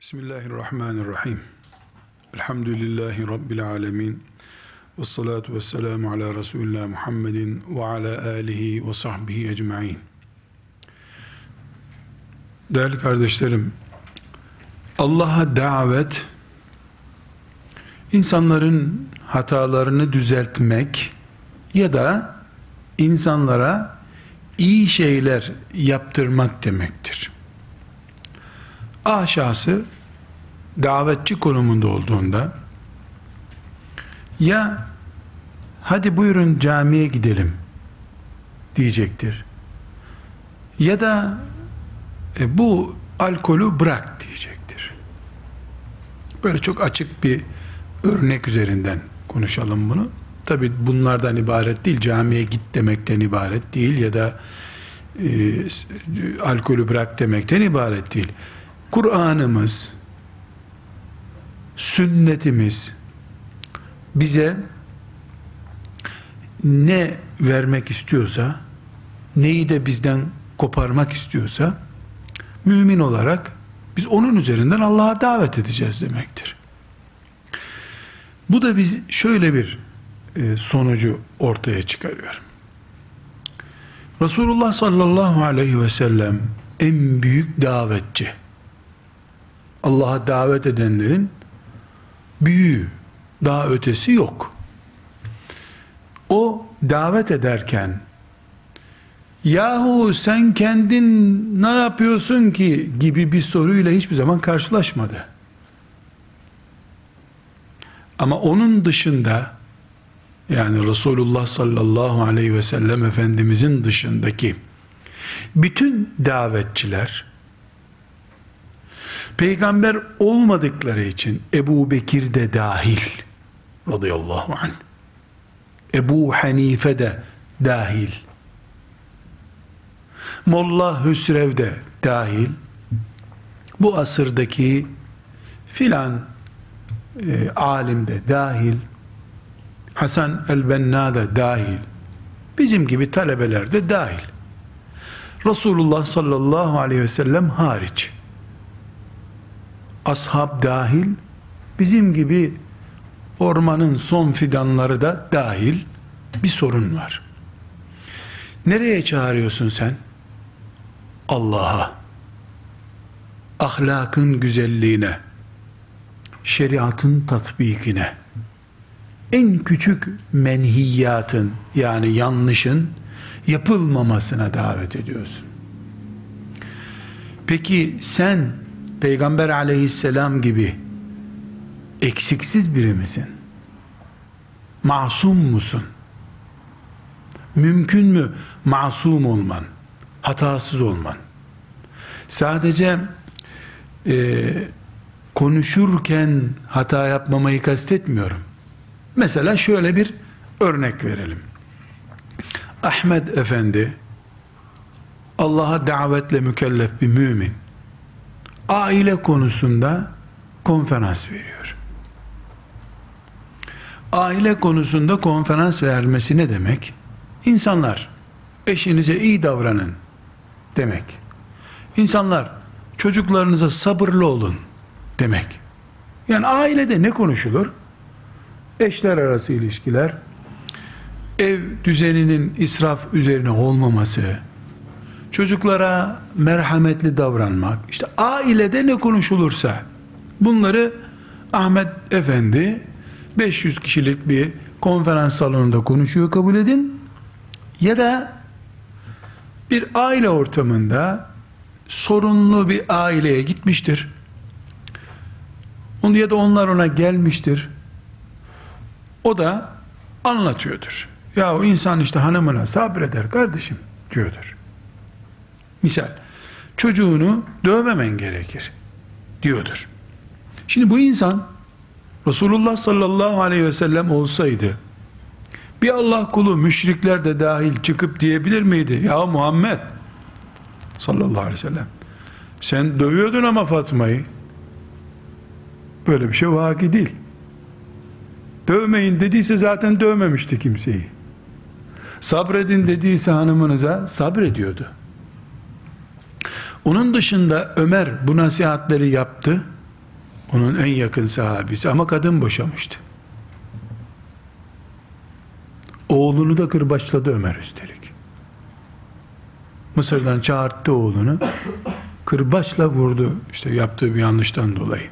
Bismillahirrahmanirrahim. Elhamdülillahi Rabbil alemin. Vessalatu vesselamu ala Resulullah Muhammedin ve ala alihi ve sahbihi ecma'in. Değerli kardeşlerim, Allah'a davet, insanların hatalarını düzeltmek ya da insanlara iyi şeyler yaptırmak demektir. Şahsı davetçi konumunda olduğunda ya hadi buyurun camiye gidelim diyecektir ya da bu alkolü bırak diyecektir. Böyle çok açık bir örnek üzerinden konuşalım bunu. Tabi bunlardan ibaret değil, camiye git demekten ibaret değil ya da alkolü bırak demekten ibaret değil. Kur'an'ımız, sünnetimiz bize ne vermek istiyorsa, neyi de bizden koparmak istiyorsa, mümin olarak biz onun üzerinden Allah'a davet edeceğiz demektir. Bu da biz şöyle bir sonucu ortaya çıkarıyor. Resulullah sallallahu aleyhi ve sellem en büyük davetçi. Allah'a davet edenlerin büyüğü, daha ötesi yok. O davet ederken yahu sen kendin ne yapıyorsun ki gibi bir soruyla hiçbir zaman karşılaşmadı. Ama onun dışında, yani Resulullah sallallahu aleyhi ve sellem Efendimizin dışındaki bütün davetçiler peygamber olmadıkları için, Ebu Bekir de dahil radıyallahu anh, Ebu Hanife de dahil, Molla Hüsrev de dahil, bu asırdaki filan alim de dahil, Hasan el-Benna da dahil, bizim gibi talebeler de dahil, Resulullah sallallahu aleyhi ve sellem hariç, ashab dahil, bizim gibi ormanın son fidanları da dahil bir sorun var. Nereye çağırıyorsun sen? Allah'a, ahlakın güzelliğine, şeriatın tatbikine, en küçük menhiyatın, yani yanlışın yapılmamasına davet ediyorsun. Peki sen Peygamber aleyhisselam gibi eksiksiz biri misin? Masum musun? Mümkün mü masum olman, hatasız olman? Sadece konuşurken hata yapmamayı kastetmiyorum. Mesela şöyle bir örnek verelim. Ahmet Efendi Allah'a davetle mükellef bir mümin, aile konusunda konferans veriyor. Aile konusunda konferans vermesi ne demek? İnsanlar, eşinize iyi davranın demek. İnsanlar, çocuklarınıza sabırlı olun demek. Yani ailede ne konuşulur? Eşler arası ilişkiler, ev düzeninin israf üzerine olmaması, çocuklara merhametli davranmak, işte ailede ne konuşulursa bunları Ahmet Efendi 500 kişilik bir konferans salonunda konuşuyor, kabul edin. Ya da bir aile ortamında sorunlu bir aileye gitmiştir. Ya da onlar ona gelmiştir. O da anlatıyordur. Ya o insan işte hanımına sabreder kardeşim diyordur. Misal, çocuğunu dövmemen gerekir diyordur. Şimdi bu insan Resulullah sallallahu aleyhi ve sellem olsaydı, bir Allah kulu müşrikler de dahil çıkıp diyebilir miydi? Ya Muhammed sallallahu aleyhi ve sellem, sen dövüyordun ama Fatma'yı. Böyle bir şey vaki değil. Dövmeyin dediyse zaten dövmemişti kimseyi. Sabredin dediyse hanımınıza sabrediyordu. Onun dışında Ömer bu nasihatleri yaptı. onun en yakın sahabesi, ama kadın boşamıştı. Oğlunu da kırbaçladı Ömer üstelik. Mısır'dan çağırttı oğlunu, kırbaçla vurdu, işte yaptığı bir yanlıştan dolayı.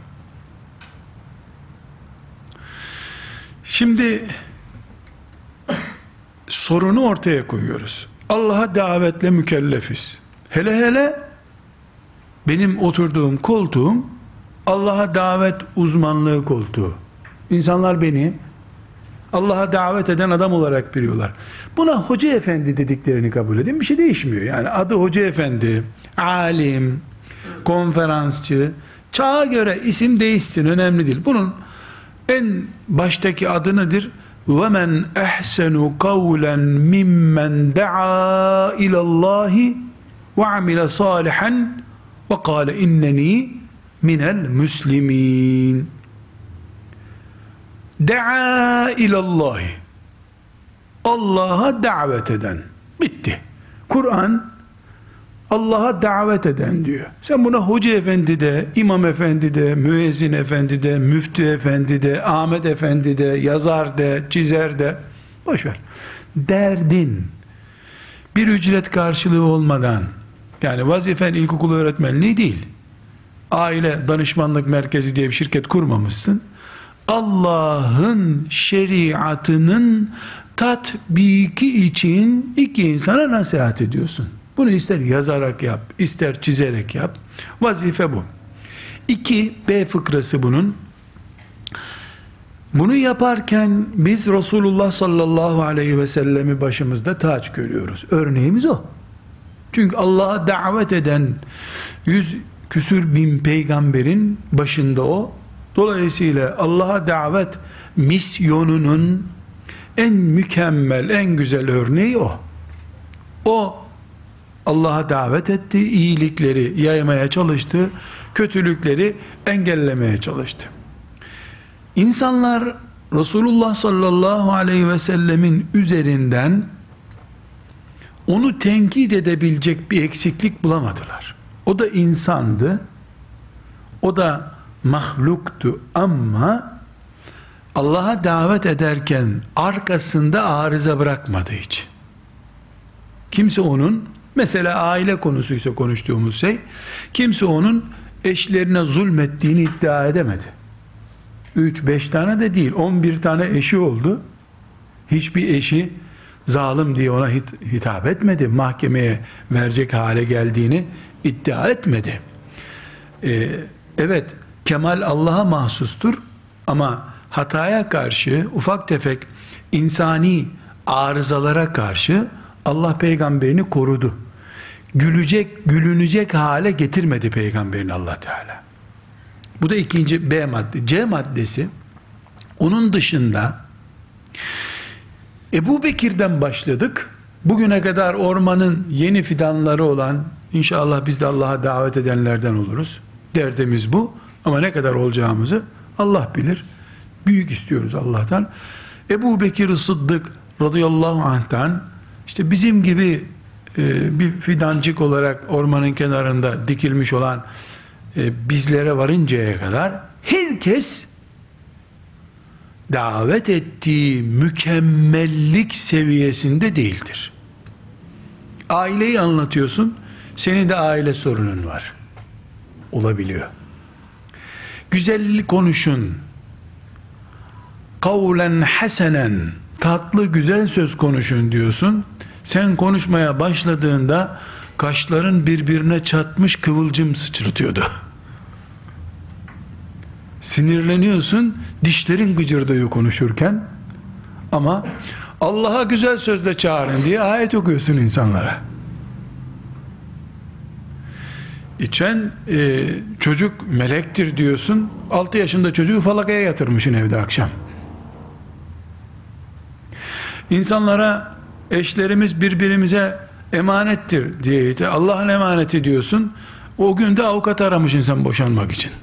Şimdi sorunu ortaya koyuyoruz. Allah'a davetle mükellefiz. Hele hele benim oturduğum koltuğum Allah'a davet uzmanlığı koltuğu. İnsanlar beni Allah'a davet eden adam olarak biliyorlar. Buna hoca efendi dediklerini kabul edin. Bir şey değişmiyor. Yani adı hoca efendi, alim, konferansçı, çağa göre isim değişsin, önemli değil. Bunun en baştaki adı nedir? وَمَنْ اَحْسَنُ قَوْلًا مِمَّنْ دَعَا اِلَى اللّٰهِ وَعَمِلَ صَالِحًا وَقَالَ اِنَّنِي مِنَ الْمُسْلِمِينَ. Da'a ilallahi, Allah'a davet eden. Bitti. Kur'an Allah'a davet eden diyor. Sen buna hoca efendi de, imam efendi de, müezzin efendi de, müftü efendi de, Ahmet efendi de, yazar de, çizer de, boş ver. Derdin bir ücret karşılığı olmadan, yani vazifen ilkokul öğretmenliği değil, aile danışmanlık merkezi diye bir şirket kurmamışsın. Allah'ın şeriatının tatbiki için iki insana nasihat ediyorsun. Bunu ister yazarak yap, ister çizerek yap. Vazife bu. 2, B fıkrası bunun. Bunu yaparken biz Resulullah sallallahu aleyhi ve sellemi başımızda taç görüyoruz. Örneğimiz o. Çünkü Allah'a davet eden 100 küsür bin peygamberin başında o. Dolayısıyla Allah'a davet misyonunun en mükemmel, en güzel örneği o. O Allah'a davet etti, iyilikleri yaymaya çalıştı, kötülükleri engellemeye çalıştı. İnsanlar Resulullah sallallahu aleyhi ve sellemin üzerinden onu tenkit edebilecek bir eksiklik bulamadılar. O da insandı, o da mahluktu, ama Allah'a davet ederken arkasında arıza bırakmadı hiç. Kimse onun, mesela aile konusuysa konuştuğumuz şey, kimse onun eşlerine zulmettiğini iddia edemedi. 3-5 tane de değil, 11 tane eşi oldu. Hiçbir eşi zalim diye ona hitap etmedi. Mahkemeye verecek hale geldiğini iddia etmedi. Evet, kemal Allah'a mahsustur, ama hataya karşı, ufak tefek insani arızalara karşı Allah peygamberini korudu. Gülünecek hale getirmedi peygamberini Allah Teala. Bu da ikinci B madde. C maddesi, onun dışında Ebu Bekir'den başladık. Bugüne kadar ormanın yeni fidanları olan, inşallah biz de Allah'a davet edenlerden oluruz. Derdimiz bu. Ama ne kadar olacağımızı Allah bilir. Büyük istiyoruz Allah'tan. Ebu Bekir Sıddık radıyallahu anh'tan, işte bizim gibi bir fidancık olarak ormanın kenarında dikilmiş olan bizlere varıncaya kadar herkes davet ettiği mükemmellik seviyesinde değildir. Aileyi anlatıyorsun, senin de aile sorunun var. Olabiliyor. Güzellik konuşun, kavlen hasenen, tatlı güzel söz konuşun diyorsun. Sen konuşmaya başladığında kaşların birbirine çatmış kıvılcım sıçratıyordu. Sinirleniyorsun, dişlerin gıcırdıyor konuşurken, ama Allah'a güzel sözle çağırın diye ayet okuyorsun insanlara. İçen çocuk melektir diyorsun, 6 yaşında çocuğu falakaya yatırmışsın evde akşam. İnsanlara eşlerimiz birbirimize emanettir diye Allah'ın emaneti diyorsun, o gün de avukat aramış insan boşanmak için.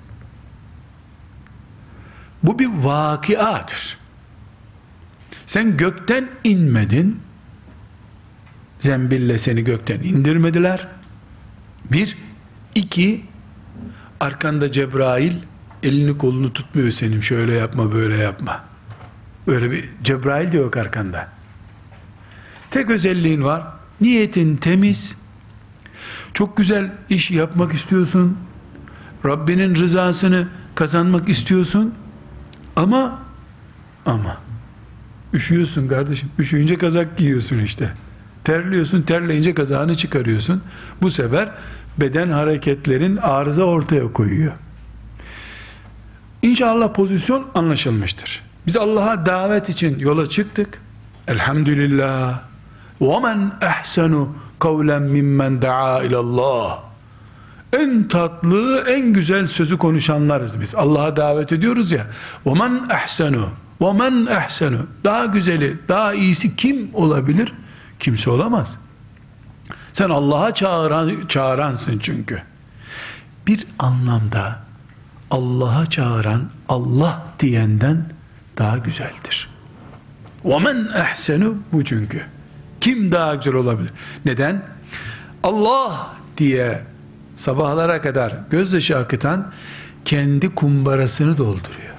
Bu bir vakıadır. Sen gökten inmedin, zembille seni gökten indirmediler. 1, 2, arkanda Cebrail elini kolunu tutmuyor senin, şöyle yapma böyle yapma. Öyle bir Cebrail de yok arkanda. Tek özelliğin var, niyetin temiz, çok güzel iş yapmak istiyorsun, Rabbinin rızasını kazanmak istiyorsun, ama üşüyorsun kardeşim, üşüyünce kazak giyiyorsun işte, terliyorsun, terleyince kazağını çıkarıyorsun, bu sefer beden hareketlerin arıza ortaya koyuyor. İnşallah pozisyon anlaşılmıştır. Biz Allah'a davet için yola çıktık. Elhamdülillah. وَمَنْ اَحْسَنُ قَوْلًا مِمَّنْ دَعَا اِلَى اللّٰهِ. En tatlı, en güzel sözü konuşanlarız biz. Allah'a davet ediyoruz ya. وَمَنْ اَحْسَنُ وَمَنْ اَحْسَنُ. Daha güzeli, daha iyisi kim olabilir? Kimse olamaz. Sen Allah'a çağıransın çünkü. Bir anlamda Allah'a çağıran, Allah diyenden daha güzeldir. وَمَنْ اَحْسَنُ. Bu çünkü. Kim daha güzel olabilir? Neden? Allah diye sabahlara kadar gözyaşı akıtan kendi kumbarasını dolduruyor.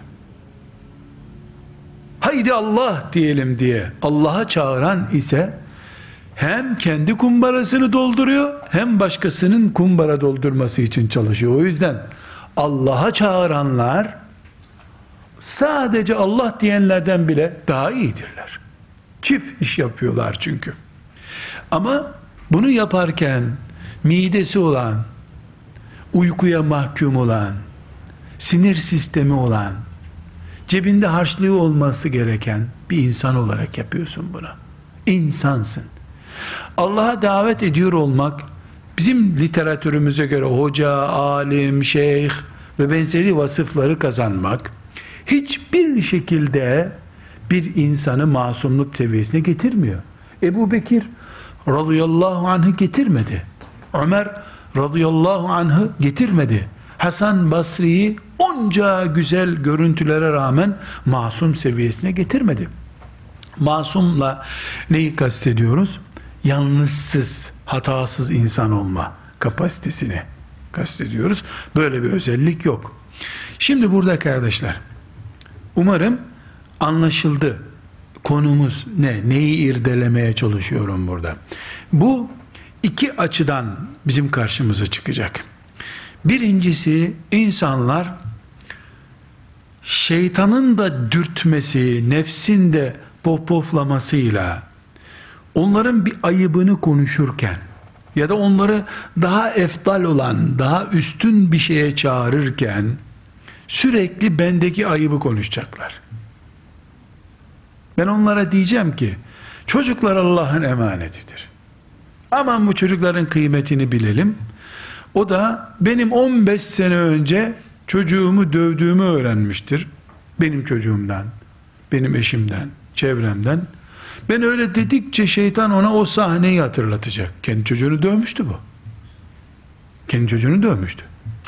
Haydi Allah diyelim diye Allah'a çağıran ise hem kendi kumbarasını dolduruyor, hem başkasının kumbara doldurması için çalışıyor. O yüzden Allah'a çağıranlar sadece Allah diyenlerden bile daha iyidirler. Çift iş yapıyorlar çünkü. Ama bunu yaparken midesi olan, uykuya mahkum olan, sinir sistemi olan, cebinde harçlığı olması gereken bir insan olarak yapıyorsun bunu. İnsansın. Allah'a davet ediyor olmak, bizim literatürümüze göre hoca, alim, şeyh ve benzeri vasıfları kazanmak, hiçbir şekilde bir insanı masumluk seviyesine getirmiyor. Ebu Bekir radıyallahu anh'ı getirmedi. Ömer radıyallahu anh'ı getirmedi. Hasan Basri'yi onca güzel görüntülere rağmen masum seviyesine getirmedi. Masumla neyi kastediyoruz? Yanlışsız, hatasız insan olma kapasitesini kastediyoruz. Böyle bir özellik yok. Şimdi burada kardeşler, umarım anlaşıldı. Konumuz ne? Neyi irdelemeye çalışıyorum burada? Bu iki açıdan bizim karşımıza çıkacak. Birincisi, insanlar şeytanın da dürtmesi, nefsin de pohpohlamasıyla onların bir ayıbını konuşurken ya da onları daha efdal olan, daha üstün bir şeye çağırırken sürekli bendeki ayıbı konuşacaklar. Ben onlara diyeceğim ki, çocuklar Allah'ın emanetidir. Aman bu çocukların kıymetini bilelim. O da benim 15 sene önce çocuğumu dövdüğümü öğrenmiştir. Benim çocuğumdan, benim eşimden, çevremden. Ben öyle dedikçe şeytan ona o sahneyi hatırlatacak. Kendi çocuğunu dövmüştü bu. Kendi çocuğunu dövmüştü.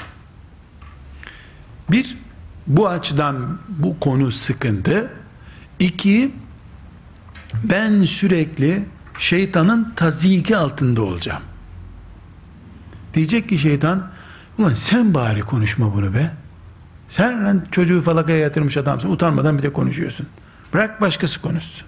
Bir, bu açıdan bu konu sıkıntı. İki, ben sürekli şeytanın tazyiki altında olacağım. Diyecek ki şeytan, ulan sen bari konuşma bunu be. Sen lan çocuğu falakaya yatırmış adamsın, utanmadan bir de konuşuyorsun. Bırak başkası konuşsun.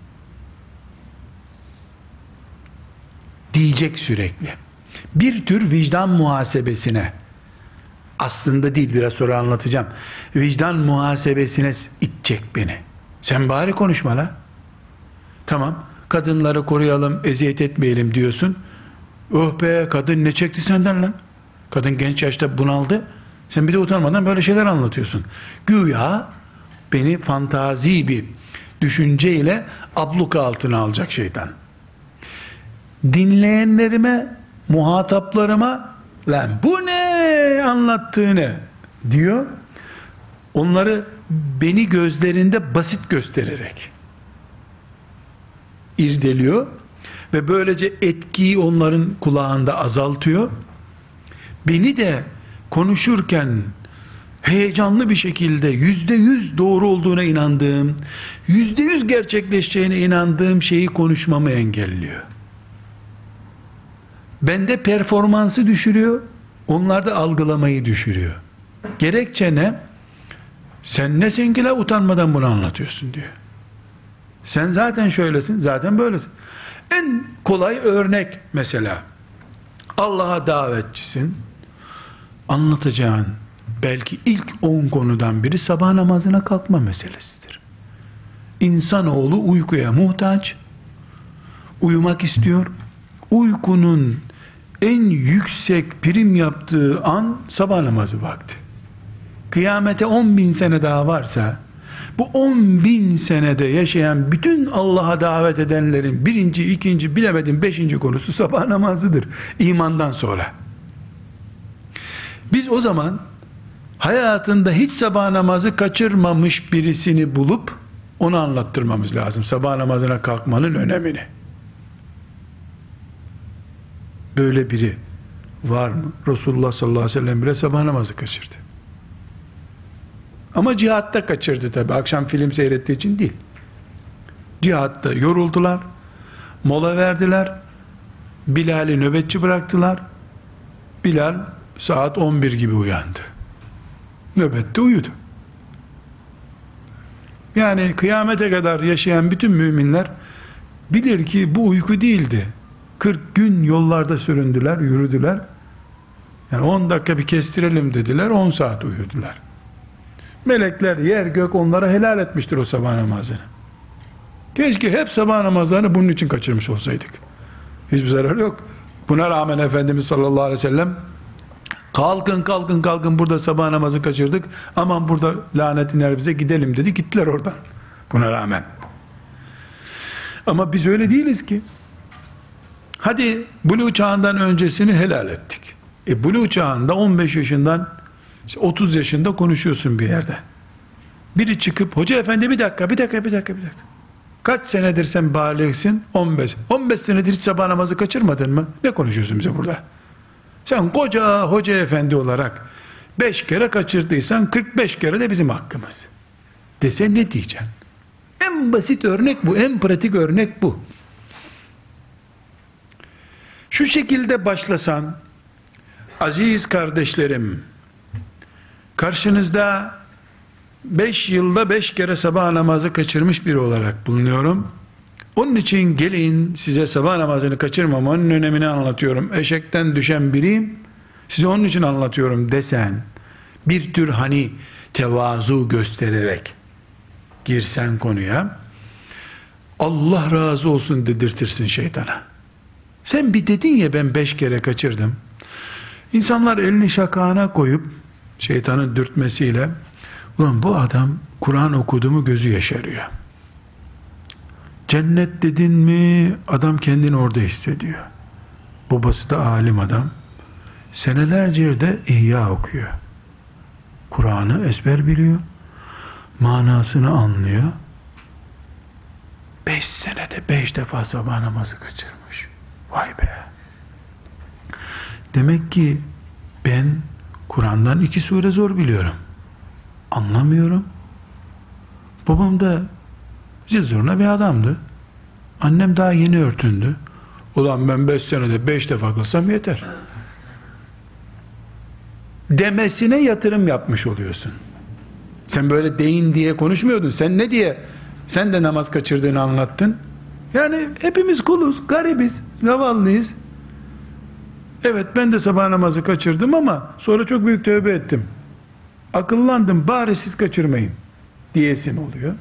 Diyecek sürekli. Bir tür vicdan muhasebesine, aslında değil, biraz sonra anlatacağım. Vicdan muhasebesine itecek beni. Sen bari konuşma la. Tamam, kadınları koruyalım, eziyet etmeyelim diyorsun. Oh be, kadın ne çekti senden lan? Kadın genç yaşta bunaldı. Sen bir de utanmadan böyle şeyler anlatıyorsun. Güya beni fantazi bir düşünceyle abluka altına alacak şeytan. Dinleyenlerime, muhataplarıma, lan bu ne anlattığını diyor. Onları beni gözlerinde basit göstererek irdeliyor ve böylece etkiyi onların kulağında azaltıyor. Beni de konuşurken heyecanlı bir şekilde %100 doğru olduğuna inandığım, %100 gerçekleşeceğine inandığım şeyi konuşmamı engelliyor. Bende performansı düşürüyor, onlarda algılamayı düşürüyor. Gerekçe ne? Sen nesin ki la utanmadan bunu anlatıyorsun diyor. Sen zaten şöylesin, zaten böylesin. En kolay örnek mesela, Allah'a davetçisin, anlatacağın belki ilk 10 konudan biri sabah namazına kalkma meselesidir. İnsanoğlu uykuya muhtaç, uyumak istiyor. Uykunun en yüksek prim yaptığı an sabah namazı vakti. Kıyamete 10.000 sene daha varsa, bu 10.000 senede yaşayan bütün Allah'a davet edenlerin birinci, ikinci, bilemedim 5. konusu sabah namazıdır. İmandan sonra. Biz o zaman hayatında hiç sabah namazı kaçırmamış birisini bulup onu anlattırmamız lazım. Sabah namazına kalkmanın önemini. Böyle biri var mı? Resulullah sallallahu aleyhi ve sellem bile sabah namazı kaçırdı. Ama cihatta kaçırdı tabi. Akşam film seyrettiği için değil. Cihatta yoruldular. Mola verdiler. Bilal'i nöbetçi bıraktılar. Bilal saat 11 gibi uyandı. Nöbette uyudu. Yani kıyamete kadar yaşayan bütün müminler bilir ki bu uyku değildi. 40 gün yollarda süründüler, yürüdüler. Yani 10 dakika bir kestirelim dediler, 10 saat uyudular. Melekler, yer gök onlara helal etmiştir o sabah namazını. Keşke hep sabah namazlarını bunun için kaçırmış olsaydık. Hiçbir zarar yok. Buna rağmen Efendimiz sallallahu aleyhi ve sellem kalkın burada sabah namazı kaçırdık. Aman burada lanet iner bize, gidelim dedi. Gittiler oradan. Buna rağmen. Ama biz öyle değiliz ki. Hadi buluğ çağından öncesini helal ettik. Buluğ çağında 15 yaşından 30 yaşında konuşuyorsun bir yerde. Biri çıkıp hoca efendi bir dakika. Kaç senedir sen bâligsin? 15. 15 senedir hiç sabah namazı kaçırmadın mı? Ne konuşuyorsun bize burada? Sen koca hoca efendi olarak 5 kere kaçırdıysan 45 kere de bizim hakkımız. Dese ne diyeceksin? En basit örnek bu, en pratik örnek bu. Şu şekilde başlasan, aziz kardeşlerim, karşınızda 5 yılda 5 kere sabah namazı kaçırmış biri olarak bulunuyorum. Onun için gelin size sabah namazını kaçırmamanın önemini anlatıyorum. Eşekten düşen biriyim, size onun için anlatıyorum desen, bir tür hani tevazu göstererek girsen konuya, Allah razı olsun dedirtirsin şeytana. Sen bir dedin ya ben 5 kere kaçırdım. İnsanlar elini şakağına koyup şeytanın dürtmesiyle, ulan bu adam Kur'an okudu mu gözü yaşarıyor. Cennet dedin mi adam kendini orada hissediyor. Babası da alim adam. Senelerce de İhya okuyor. Kur'an'ı ezber biliyor. Manasını anlıyor. 5 senede 5 defa sabah namazı kaçırmış. Vay be. Demek ki ben Kur'an'dan 2 sure zor biliyorum. Anlamıyorum. Babam da zil zurna bir adamdı. Annem daha yeni örtündü. Ulan ben 5 senede 5 defa kılsam yeter. Demesine yatırım yapmış oluyorsun. Sen böyle deyin diye konuşmuyordun. Sen ne diye? Sen de namaz kaçırdığını anlattın. Yani hepimiz kuluz, garibiz, zavallıyız. Evet ben de sabah namazı kaçırdım ama sonra çok büyük tövbe ettim. Akıllandım, bari siz kaçırmayın diyesin oluyor.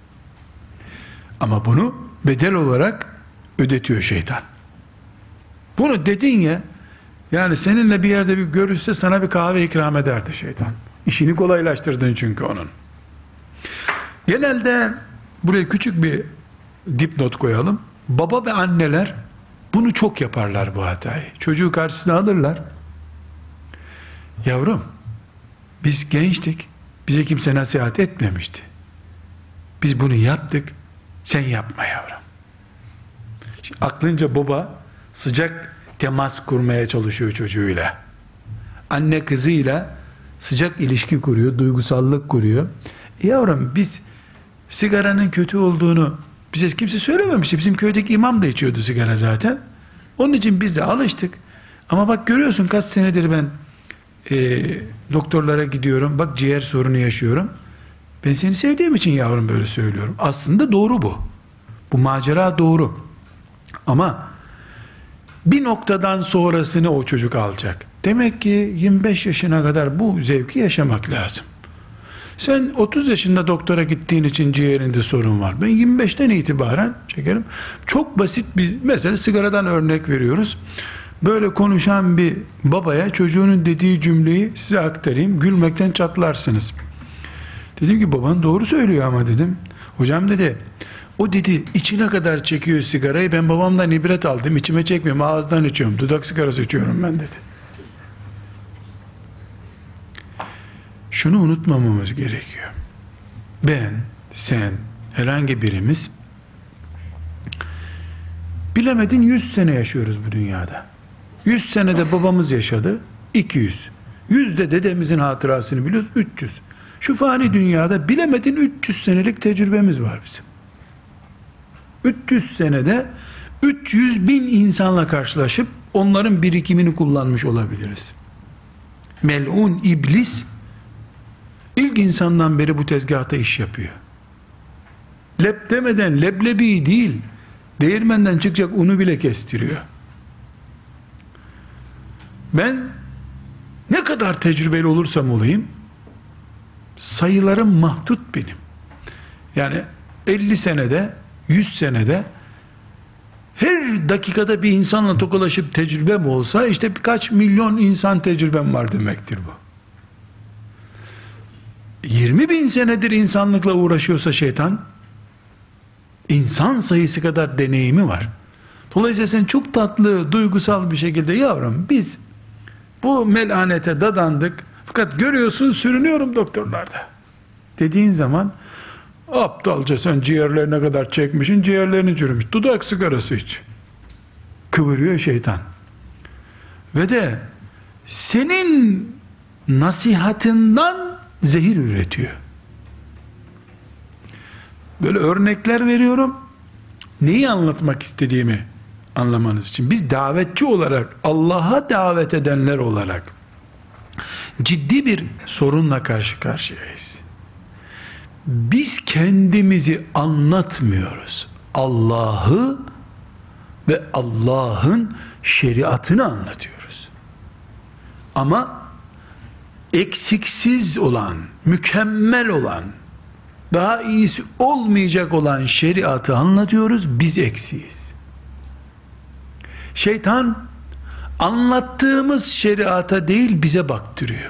Ama bunu bedel olarak ödetiyor şeytan. Bunu dedin ya, yani seninle bir yerde bir görüşse sana bir kahve ikram ederdi şeytan. İşini kolaylaştırdın çünkü onun. Genelde buraya küçük bir dipnot koyalım. Baba ve anneler bunu çok yaparlar, bu hatayı. Çocuğu karşısına alırlar. Yavrum, biz gençtik. Bize kimse nasihat etmemişti. Biz bunu yaptık. Sen yapma yavrum. Şimdi aklınca baba sıcak temas kurmaya çalışıyor çocuğuyla. Anne kızıyla sıcak ilişki kuruyor, duygusallık kuruyor. Yavrum biz sigaranın kötü olduğunu bize kimse söylememişti. Bizim köydeki imam da içiyordu sigara zaten. Onun için biz de alıştık. Ama bak görüyorsun kaç senedir ben doktorlara gidiyorum. Bak ciğer sorunu yaşıyorum. Ben seni sevdiğim için yavrum böyle söylüyorum. Aslında doğru bu. Bu macera doğru. Ama bir noktadan sonrasını o çocuk alacak. Demek ki 25 yaşına kadar bu zevki yaşamak lazım. Sen 30 yaşında doktora gittiğin için ciğerinde sorun var. Ben 25'ten itibaren çekerim. Çok basit bir mesela, sigaradan örnek veriyoruz. Böyle konuşan bir babaya çocuğunun dediği cümleyi size aktarayım. Gülmekten çatlarsınız. Dedim ki baban doğru söylüyor ama dedim. Hocam dedi, o dedi içine kadar çekiyor sigarayı, ben babamdan ibret aldım, içime çekmiyorum, ağızdan içiyorum, dudak sigarası içiyorum ben dedi. Şunu unutmamamız gerekiyor. Ben, sen, herhangi birimiz bilemedin 100 sene yaşıyoruz bu dünyada. 100 senede babamız yaşadı, 200. 100 de dedemizin hatırasını biliyoruz, 300. Şu fani dünyada bilemedin 300 senelik tecrübemiz var bizim. 300 senede 300 bin insanla karşılaşıp onların birikimini kullanmış olabiliriz. Mel'un iblis ilk insandan beri bu tezgahta iş yapıyor. Lep demeden leblebi değil, değirmenden çıkacak unu bile kestiriyor. Ben ne kadar tecrübeli olursam olayım, sayılarım mahdut benim. Yani 50 senede, 100 senede her dakikada bir insanla tokalaşıp tecrübem olsa işte birkaç milyon insan tecrübem var demektir bu. 20 bin senedir insanlıkla uğraşıyorsa şeytan, insan sayısı kadar deneyimi var. Dolayısıyla sen çok tatlı, duygusal bir şekilde yavrum biz bu melanete dadandık fakat görüyorsun sürünüyorum doktorlarda dediğin zaman, aptalca sen ciğerlerine kadar çekmişsin, ciğerlerini çürümüş, dudak sigarası iç. Kıvırıyor şeytan. Ve de senin nasihatından zehir üretiyor. Böyle örnekler veriyorum. Neyi anlatmak istediğimi anlamanız için. Biz davetçi olarak, Allah'a davet edenler olarak ciddi bir sorunla karşı karşıyayız. Biz kendimizi anlatmıyoruz. Allah'ı ve Allah'ın şeriatını anlatıyoruz. Ama eksiksiz olan, mükemmel olan, daha iyisi olmayacak olan şeriatı anlatıyoruz, biz eksiyiz. Şeytan anlattığımız şeriata değil bize baktırıyor.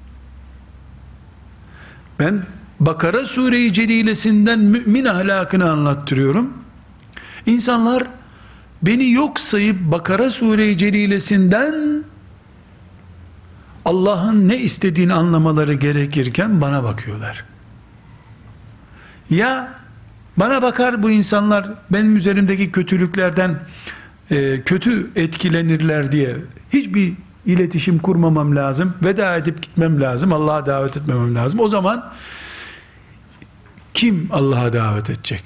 Ben Bakara Sure-i Celilesinden mümin ahlakını anlattırıyorum. İnsanlar beni yok sayıp Bakara Sure-i Celilesinden Allah'ın ne istediğini anlamaları gerekirken bana bakıyorlar. Ya bana bakar bu insanlar benim üzerimdeki kötülüklerden kötü etkilenirler diye hiçbir iletişim kurmamam lazım, veda edip gitmem lazım, Allah'a davet etmemem lazım. O zaman kim Allah'a davet edecek?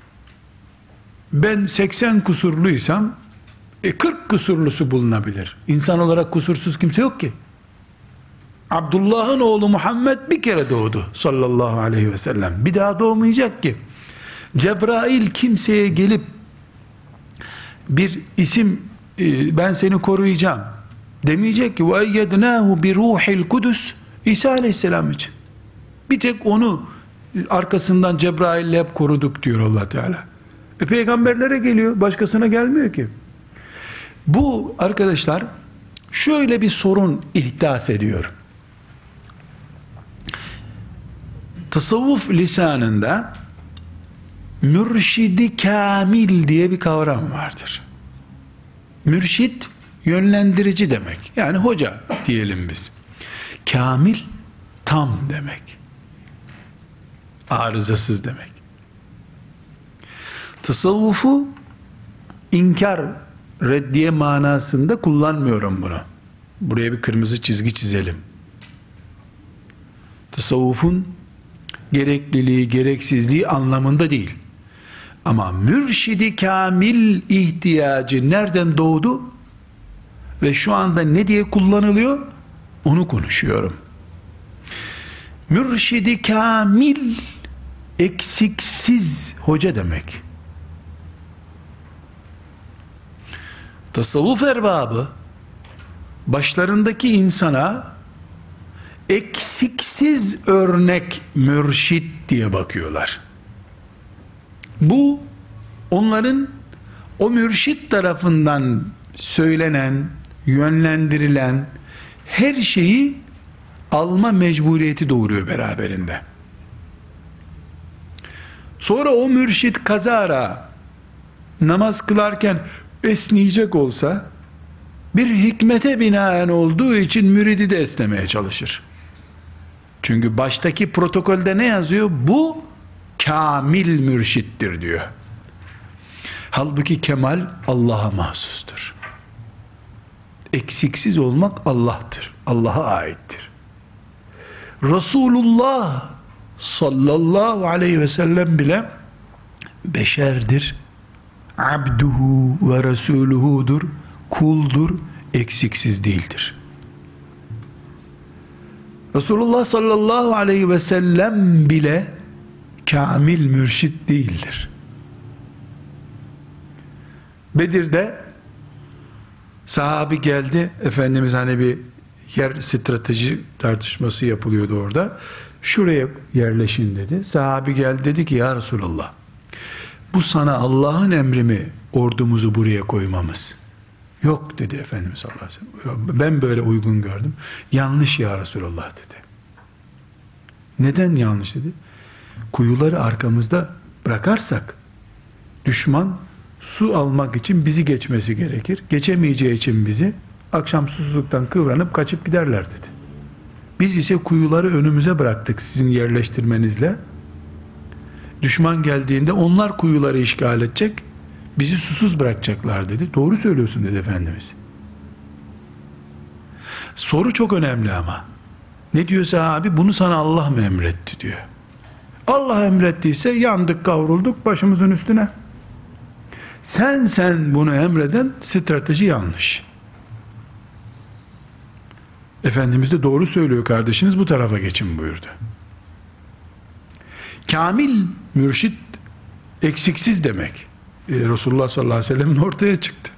Ben 80 kusurluysam 40 kusurlusu bulunabilir. İnsan olarak kusursuz kimse yok ki. Abdullah'ın oğlu Muhammed bir kere doğdu sallallahu aleyhi ve sellem. Bir daha doğmayacak ki. Cebrail kimseye gelip bir isim ben seni koruyacağım demeyecek ki. Ve eyyednâhu bi ruhil kudüs İsa aleyhisselam için. Bir tek onu arkasından Cebrail'le hep koruduk diyor Allah Teala. Peygamberlere geliyor, başkasına gelmiyor ki. Bu arkadaşlar şöyle bir sorun ihdas ediyor. Tasavvuf lisanında mürşidi kamil diye bir kavram vardır. Mürşid yönlendirici demek. Yani hoca diyelim biz. Kamil tam demek. Arızasız demek. Tasavvufu inkar, reddiye manasında kullanmıyorum bunu. Buraya bir kırmızı çizgi çizelim. Tasavvufun gerekliliği, gereksizliği anlamında değil. Ama mürşidi kamil ihtiyacı nereden doğdu ve şu anda ne diye kullanılıyor? Onu konuşuyorum. Mürşidi kamil, eksiksiz hoca demek. Tasavvuf erbabı başlarındaki insana eksiksiz örnek mürşit diye bakıyorlar. Bu onların o mürşit tarafından söylenen, yönlendirilen her şeyi alma mecburiyeti doğuruyor beraberinde. Sonra o mürşit kazara namaz kılarken esneyecek olsa, bir hikmete binaen olduğu için müridi de esnemeye çalışır. Çünkü baştaki protokolde ne yazıyor? Bu kamil mürşittir diyor. Halbuki kemal Allah'a mahsustur. Eksiksiz olmak Allah'tır. Allah'a aittir. Resulullah sallallahu aleyhi ve sellem bile beşerdir. Abduhu ve resuluhudur. Kuldur. Eksiksiz değildir. Resulullah sallallahu aleyhi ve sellem bile kamil mürşit değildir. Bedir'de sahabi geldi. Efendimiz hani bir yer strateji tartışması yapılıyordu orada. Şuraya yerleşin dedi. Sahabi geldi, dedi ki ya Resulallah, bu sana Allah'ın emri mi ordumuzu buraya koymamız? Yok dedi Efendimiz sallallahu aleyhi ve sellem. Ben böyle uygun gördüm. Yanlış ya Resulallah dedi. Neden yanlış dedi? Kuyuları arkamızda bırakarsak düşman su almak için bizi geçmesi gerekir. Geçemeyeceği için bizi akşam susuzluktan kıvranıp kaçıp giderler dedi. Biz ise kuyuları önümüze bıraktık sizin yerleştirmenizle. Düşman geldiğinde onlar kuyuları işgal edecek, bizi susuz bırakacaklar dedi. Doğru söylüyorsun dedi Efendimiz. Soru çok önemli ama. Ne diyor sahabi? Bunu sana Allah mı emretti diyor. Allah emrettiyse yandık, kavrulduk başımızın üstüne. Sen bunu emreden strateji yanlış. Efendimiz de doğru söylüyor kardeşiniz, bu tarafa geçin buyurdu. Kamil mürşit eksiksiz demek. Resulullah sallallahu aleyhi ve sellem'in ortaya çıktı.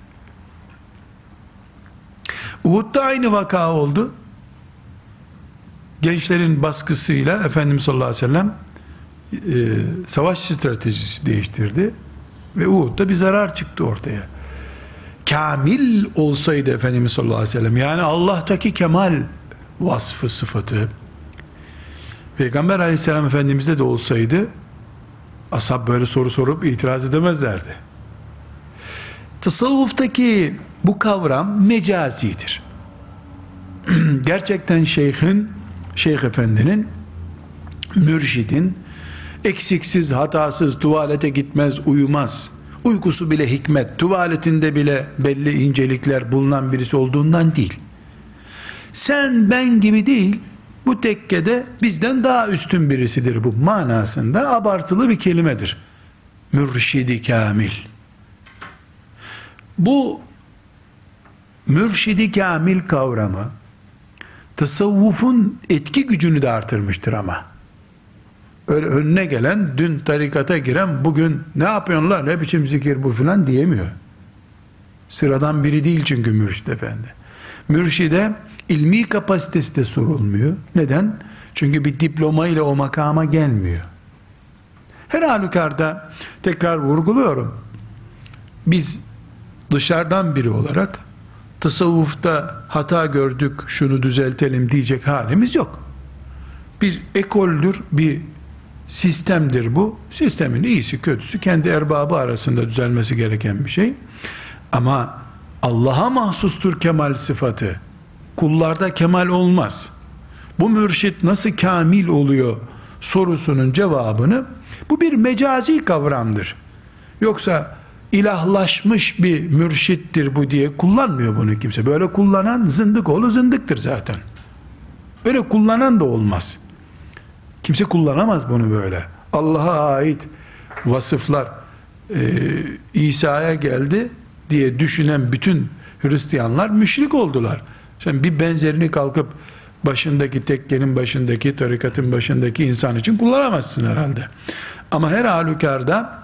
Uhud'da aynı vaka oldu. Gençlerin baskısıyla Efendimiz sallallahu aleyhi ve sellem savaş stratejisi değiştirdi ve Uhud'da bir zarar çıktı ortaya. Kamil olsaydı Efendimiz sallallahu aleyhi ve sellem, yani Allah'taki kemal vasfı sıfatı Peygamber aleyhisselam Efendimiz'de de olsaydı ashab böyle soru sorup itiraz edemezlerdi. Tasavvuftaki bu kavram mecazidir. Gerçekten şeyh efendinin, mürşidin eksiksiz, hatasız, tuvalete gitmez, uyumaz, uykusu bile hikmet, tuvaletinde bile belli incelikler bulunan birisi olduğundan değil. Sen ben gibi değil, bu tekkede bizden daha üstün birisidir bu manasında abartılı bir kelimedir. Mürşidi kamil. Bu mürşidi kamil kavramı tasavvufun etki gücünü de artırmıştır ama. Öyle önüne gelen, dün tarikata giren bugün ne yapıyorlar, ne biçim zikir bu filan diyemiyor. Sıradan biri değil çünkü mürşid efendi. Mürşide ilmi kapasitesi de sorulmuyor. Neden? Çünkü bir diploma ile o makama gelmiyor. Her halükarda tekrar vurguluyorum. Biz dışarıdan biri olarak tasavvufta hata gördük, şunu düzeltelim diyecek halimiz yok. Bir ekoldür, bir sistemdir bu. Sistemin iyisi kötüsü kendi erbabı arasında düzelmesi gereken bir şey. Ama Allah'a mahsustur kemal sıfatı. Kullarda kemal olmaz. Bu mürşit nasıl kamil oluyor sorusunun cevabını, bu bir mecazi kavramdır. Yoksa ilahlaşmış bir mürşittir bu diye kullanmıyor bunu kimse. Böyle kullanan zındık oğlu zındıktır zaten. Öyle kullanan da olmaz. Kimse kullanamaz bunu böyle. Allah'a ait vasıflar İsa'ya geldi diye düşünen bütün Hristiyanlar müşrik oldular. Sen bir benzerini kalkıp başındaki tekkenin başındaki, tarikatın başındaki insan için kullanamazsın herhalde. Ama her halükarda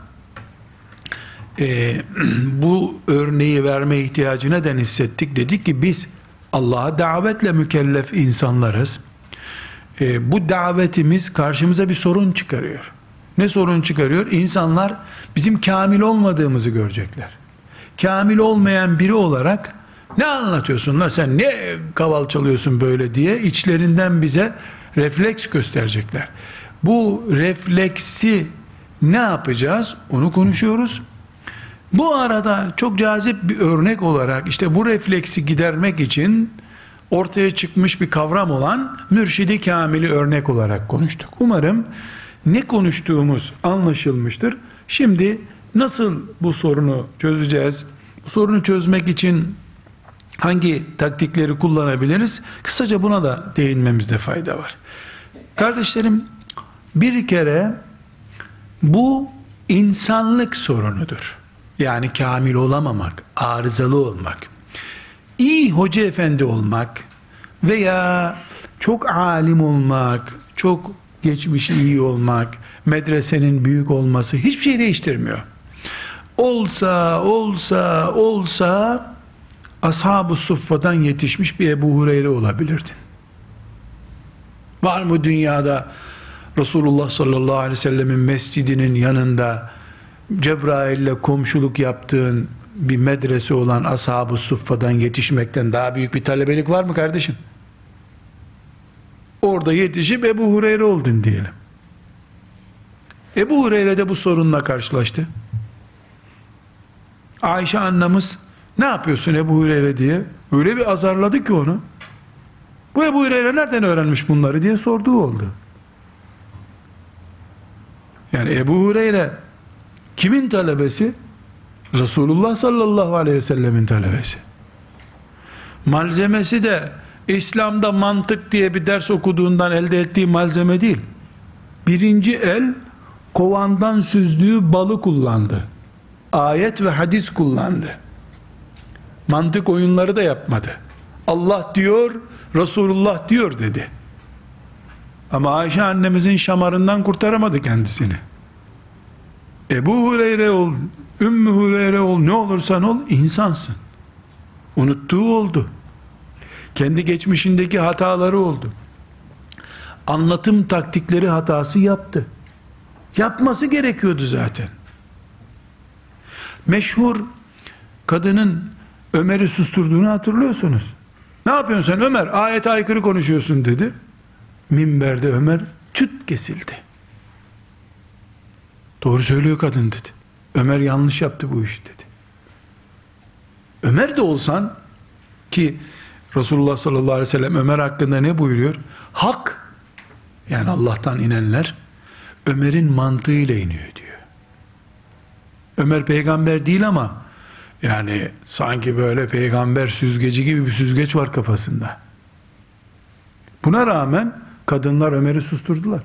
bu örneği verme ihtiyacı neden hissettik? Dedik ki biz Allah'a davetle mükellef insanlarız. Bu davetimiz karşımıza bir sorun çıkarıyor. Ne sorun çıkarıyor? İnsanlar bizim kamil olmadığımızı görecekler. Kamil olmayan biri olarak ne anlatıyorsun lan sen, ne kaval çalıyorsun böyle diye içlerinden bize refleks gösterecekler. Bu refleksi ne yapacağız? Onu konuşuyoruz. Bu arada çok cazip bir örnek olarak işte bu refleksi gidermek için ortaya çıkmış bir kavram olan mürşidi kamili örnek olarak konuştuk. Umarım ne konuştuğumuz anlaşılmıştır. Şimdi nasıl bu sorunu çözeceğiz? Bu sorunu çözmek için hangi taktikleri kullanabiliriz? Kısaca buna da değinmemizde fayda var. Kardeşlerim, bir kere bu insanlık sorunudur. Yani kamil olamamak, arızalı olmak, iyi hoca efendi olmak veya çok alim olmak, çok geçmişi iyi olmak, medresenin büyük olması hiçbir şey değiştirmiyor. Olsa Ashab-ı Suffa'dan yetişmiş bir Ebu Hureyre olabilirdin. Var mı dünyada Resulullah sallallahu aleyhi ve sellemin mescidinin yanında Cebrail'le komşuluk yaptığın bir medrese olan Ashab-ı Suffa'dan yetişmekten daha büyük bir talebelik var mı kardeşim? Orada yetişip Ebu Hureyre oldun diyelim. Ebu Hureyre de bu sorunla karşılaştı. Ayşe annemiz ne yapıyorsun Ebu Hureyre diye öyle bir azarladı ki onu. Bu Ebu Hureyre nereden öğrenmiş bunları diye sorduğu oldu. Yani Ebu Hureyre kimin talebesi? Resulullah sallallahu aleyhi ve sellemin talebesi. Malzemesi de İslam'da mantık diye bir ders okuduğundan elde ettiği malzeme değil. Birinci el kovandan süzdüğü balı kullandı. Ayet ve hadis kullandı. Mantık oyunları da yapmadı. Allah diyor, Resulullah diyor dedi. Ama Ayşe annemizin şamarından kurtaramadı kendisini. Ebu Hureyre ol, Ümmü Hureyre ol, ne olursan ol, insansın. Unuttuğu oldu. Kendi geçmişindeki hataları oldu. Anlatım taktikleri hatası yaptı. Yapması gerekiyordu zaten. Meşhur kadının Ömer'i susturduğunu hatırlıyorsunuz. Ne yapıyorsun sen Ömer? Ayete aykırı konuşuyorsun dedi. Minberde Ömer çıt kesildi. Doğru söylüyor kadın dedi. Ömer yanlış yaptı bu işi dedi. Ömer de olsan, ki Resulullah sallallahu aleyhi ve sellem Ömer hakkında ne buyuruyor? Hak, yani Allah'tan inenler Ömer'in mantığıyla iniyor diyor. Ömer peygamber değil ama yani sanki böyle peygamber süzgeci gibi bir süzgeç var kafasında. Buna rağmen kadınlar Ömer'i susturdular.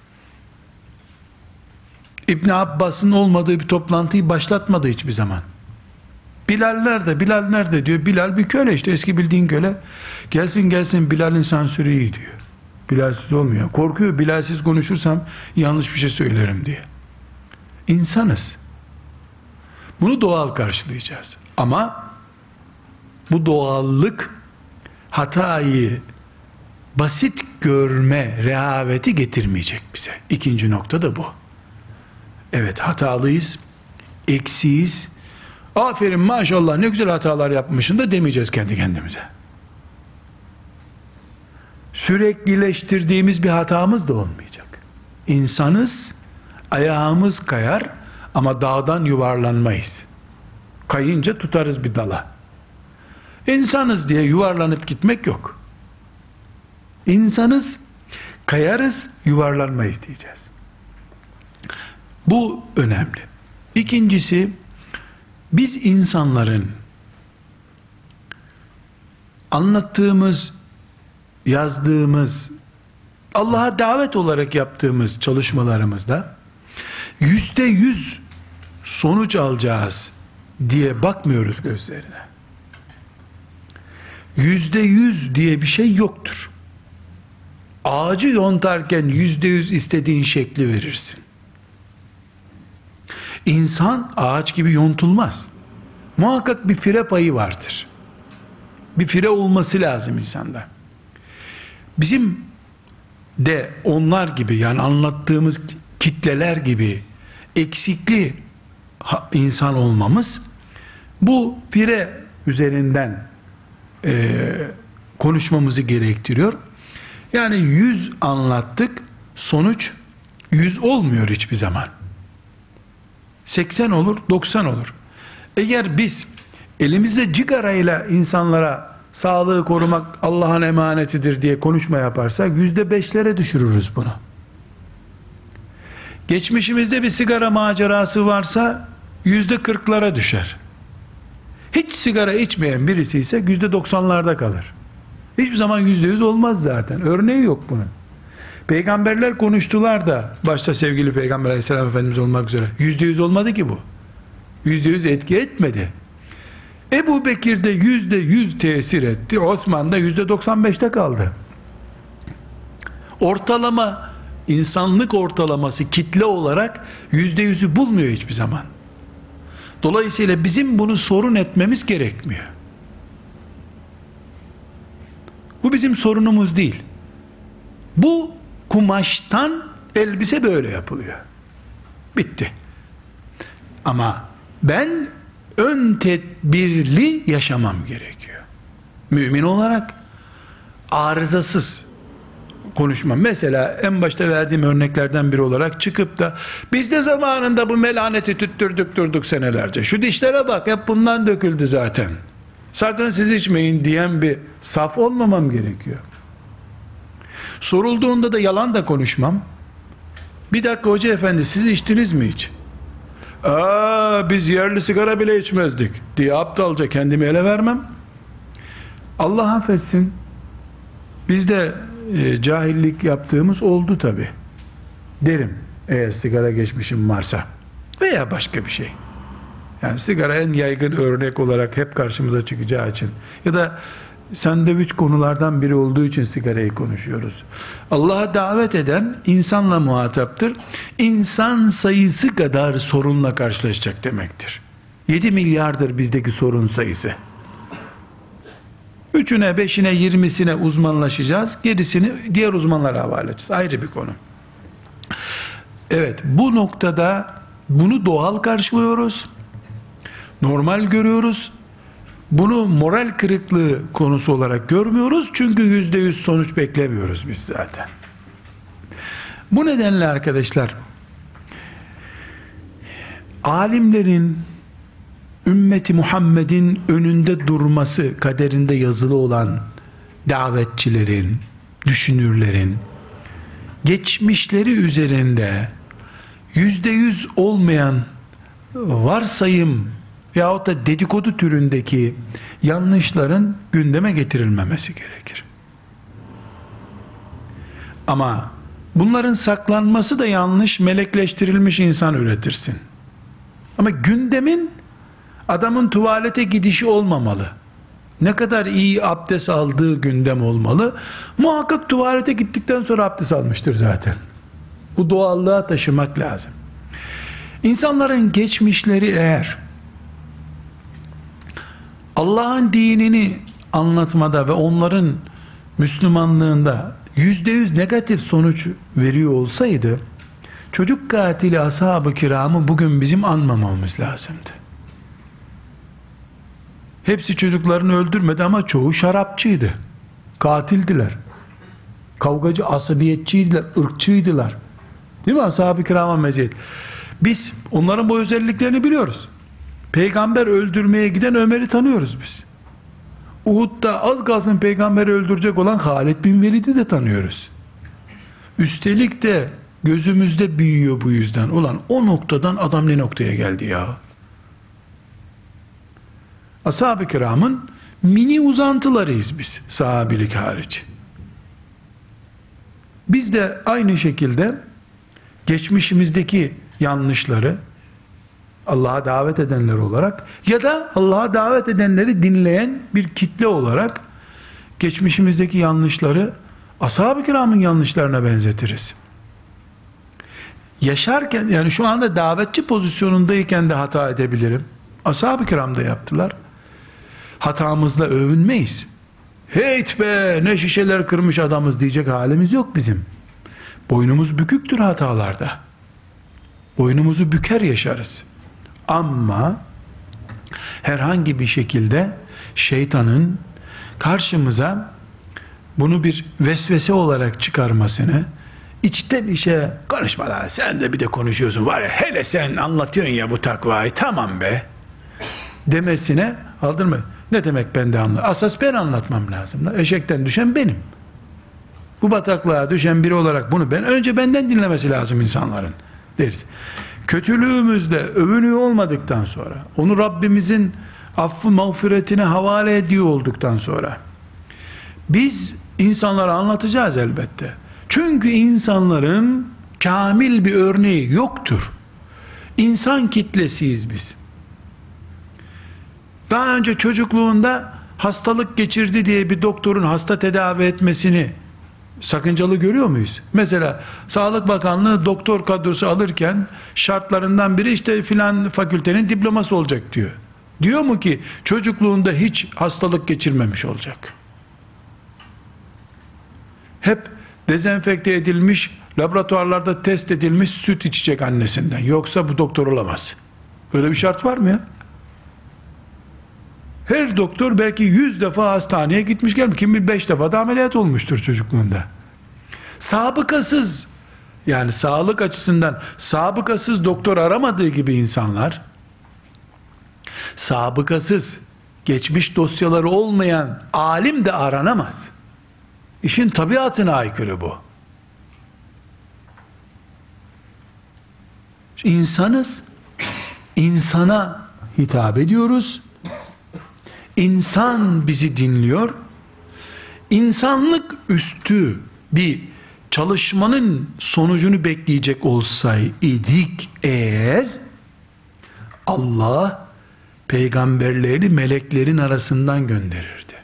İbn Abbas'ın olmadığı bir toplantıyı başlatmadı hiçbir zaman. Bilal nerede? Bilal nerede diyor. Bilal bir köle işte, eski bildiğin köle. Gelsin Bilal'in sansürü iyi diyor. Bilalsiz olmuyor. Korkuyor, Bilalsiz konuşursam yanlış bir şey söylerim diye. İnsanız. Bunu doğal karşılayacağız. Ama bu doğallık hatayı basit görme rehaveti getirmeyecek bize. İkinci nokta da bu. Evet, hatalıyız, eksiyiz. Aferin maşallah ne güzel hatalar yapmışsın da demeyeceğiz kendi kendimize. Süreklileştirdiğimiz bir hatamız da olmayacak. İnsanız, ayağımız kayar ama dağdan yuvarlanmayız. Kayınca tutarız bir dala. İnsanız diye yuvarlanıp gitmek yok. İnsanız, kayarız, yuvarlanmayız diyeceğiz. Bu önemli. İkincisi, biz insanların anlattığımız, yazdığımız, Allah'a davet olarak yaptığımız çalışmalarımızda %100 sonuç alacağız diye bakmıyoruz gözlerine. %100 diye bir şey yoktur. Ağacı yontarken %100 istediğin şekli verirsin. İnsan ağaç gibi yontulmaz. Muhakkak bir fire payı vardır. Bir fire olması lazım insanda. Bizim de onlar gibi, yani anlattığımız kitleler gibi eksikli insan olmamız, bu fire üzerinden konuşmamızı gerektiriyor. Yani 100 anlattık, sonuç 100 olmuyor hiçbir zaman. 80 olur, 90 olur. Eğer biz elimizde cigarayla insanlara sağlığı korumak Allah'ın emanetidir diye konuşma yaparsak %5'lere düşürürüz bunu. Geçmişimizde bir sigara macerası varsa %40'lara düşer. Hiç sigara içmeyen birisi ise %90'larda kalır. Hiçbir zaman %100 olmaz zaten. Örneği yok bunun. Peygamberler konuştular da, başta sevgili Peygamber Aleyhisselam Efendimiz olmak üzere, %100 olmadı ki bu. %100 etki etmedi. Ebu Bekir'de %100 tesir etti. Osman'da %95'te kaldı. Ortalama, insanlık ortalaması kitle olarak %100'ü bulmuyor hiçbir zaman. Dolayısıyla bizim bunu sorun etmemiz gerekmiyor. Bu bizim sorunumuz değil. Bu kumaştan elbise böyle yapılıyor. Bitti. Ama ben ön tedbirli yaşamam gerekiyor. Mümin olarak arızasız konuşmam. Mesela en başta verdiğim örneklerden biri olarak çıkıp da biz de zamanında bu melaneti tüttürdük durduk senelerce. Şu dişlere bak, hep bundan döküldü zaten. Sakın siz içmeyin diyen bir saf olmamam gerekiyor. Sorulduğunda da yalan da konuşmam. Bir dakika hoca efendi, siz içtiniz mi hiç? Biz yerli sigara bile içmezdik diye aptalca kendimi ele vermem. Allah affetsin, biz de cahillik yaptığımız oldu tabi derim, eğer sigara geçmişim varsa veya başka bir şey. Yani sigara en yaygın örnek olarak hep karşımıza çıkacağı için ya da sandviç konulardan biri olduğu için sigarayı konuşuyoruz. Allah'a davet eden insanla muhataptır. İnsan sayısı kadar sorunla karşılaşacak demektir. 7 milyardır bizdeki sorun sayısı. 3'üne, 5'ine, 20'sine uzmanlaşacağız. Gerisini diğer uzmanlara havale edeceğiz. Ayrı bir konu. Evet, bu noktada bunu doğal karşılıyoruz. Normal görüyoruz. Bunu moral kırıklığı konusu olarak görmüyoruz. Çünkü %100 sonuç beklemiyoruz biz zaten. Bu nedenle arkadaşlar, alimlerin, ümmeti Muhammed'in önünde durması kaderinde yazılı olan davetçilerin, düşünürlerin geçmişleri üzerinde %100 olmayan varsayım yahut da dedikodu türündeki yanlışların gündeme getirilmemesi gerekir. Ama bunların saklanması da yanlış, melekleştirilmiş insan üretirsin. Ama gündemin adamın tuvalete gidişi olmamalı. Ne kadar iyi abdest aldığı gündem olmalı. Muhakkak tuvalete gittikten sonra abdest almıştır zaten. Bu doğallığa taşımak lazım. İnsanların geçmişleri eğer Allah'ın dinini anlatmada ve onların Müslümanlığında %100 negatif sonuç veriyor olsaydı, çocuk katili ashab-ı kiramı bugün bizim anmamamız lazımdı. Hepsi çocuklarını öldürmedi ama çoğu şarapçıydı. Katildiler. Kavgacı, asabiyetçiydiler, ırkçıydılar. Değil mi ashab-ı kirama mecid? Biz onların bu özelliklerini biliyoruz. Peygamber öldürmeye giden Ömer'i tanıyoruz biz. Uhud'da az kalsın peygamberi öldürecek olan Halid bin Velid'i de tanıyoruz. Üstelik de gözümüzde büyüyor bu yüzden. Ulan o noktadan adam ne noktaya geldi ya? Ashab-ı kiramın mini uzantılarıyız biz, sahabilik hariç. Biz de aynı şekilde geçmişimizdeki yanlışları Allah'a davet edenler olarak ya da Allah'a davet edenleri dinleyen bir kitle olarak geçmişimizdeki yanlışları ashab-ı kiramın yanlışlarına benzetiriz. Yaşarken, yani şu anda davetçi pozisyonundayken de hata edebilirim. Ashab-ı kiram da yaptılar. Hatamızla övünmeyiz. Heyt be, ne şişeler kırmış adamız diyecek halimiz yok bizim. Boynumuz büküktür hatalarda. Boynumuzu büker yaşarız. Ama herhangi bir şekilde şeytanın karşımıza bunu bir vesvese olarak çıkarmasını, içten içe konuşma lan, sen de bir de konuşuyorsun var ya, hele sen anlatıyorsun ya bu takvayı, tamam be demesine aldırma. Ne demek ben de anlat? Asas ben anlatmam lazım. Eşekten düşen benim. Bu bataklığa düşen biri olarak bunu önce benden dinlemesi lazım insanların deriz. Kötülüğümüzde övünüyor olmadıktan sonra, onu Rabbimizin affı mağfiretine havale ediyor olduktan sonra biz insanlara anlatacağız elbette. Çünkü insanların kamil bir örneği yoktur. İnsan kitlesiyiz biz. Daha önce çocukluğunda hastalık geçirdi diye bir doktorun hasta tedavi etmesini sakıncalı görüyor muyuz? Mesela Sağlık Bakanlığı doktor kadrosu alırken şartlarından biri işte filan fakültenin diploması olacak diyor. Diyor mu ki çocukluğunda hiç hastalık geçirmemiş olacak? Hep dezenfekte edilmiş, laboratuvarlarda test edilmiş süt içecek annesinden. Yoksa bu doktor olamaz. Böyle bir şart var mı ya? Her doktor belki 100 defa hastaneye gitmiş gelmiş. Kim bilir 5 defa da ameliyat olmuştur çocukluğunda. Sabıkasız, yani sağlık açısından sabıkasız doktor aramadığı gibi insanlar, sabıkasız, geçmiş dosyaları olmayan alim de aranamaz. İşin tabiatına aykırı bu. İnsanız, insana hitap ediyoruz. İnsan bizi dinliyor. İnsanlık üstü bir çalışmanın sonucunu bekleyecek olsaydık eğer, Allah peygamberleri meleklerin arasından gönderirdi.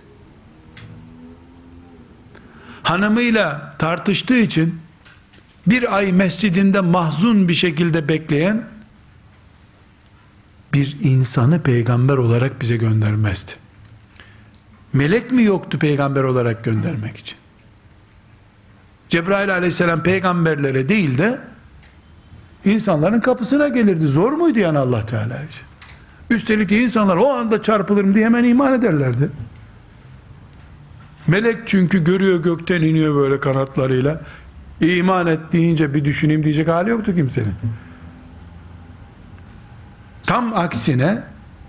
Hanımıyla tartıştığı için bir ay mescidinde mahzun bir şekilde bekleyen bir insanı peygamber olarak bize göndermezdi. Melek mi yoktu peygamber olarak göndermek için? Cebrail aleyhisselam peygamberlere değil de insanların kapısına gelirdi. Zor muydu yani Allah Teala için? Üstelik de insanlar o anda çarpılırım diye hemen iman ederlerdi. Melek çünkü görüyor, gökten iniyor böyle kanatlarıyla. İman et deyince bir düşüneyim diyecek hali yoktu kimsenin. Tam aksine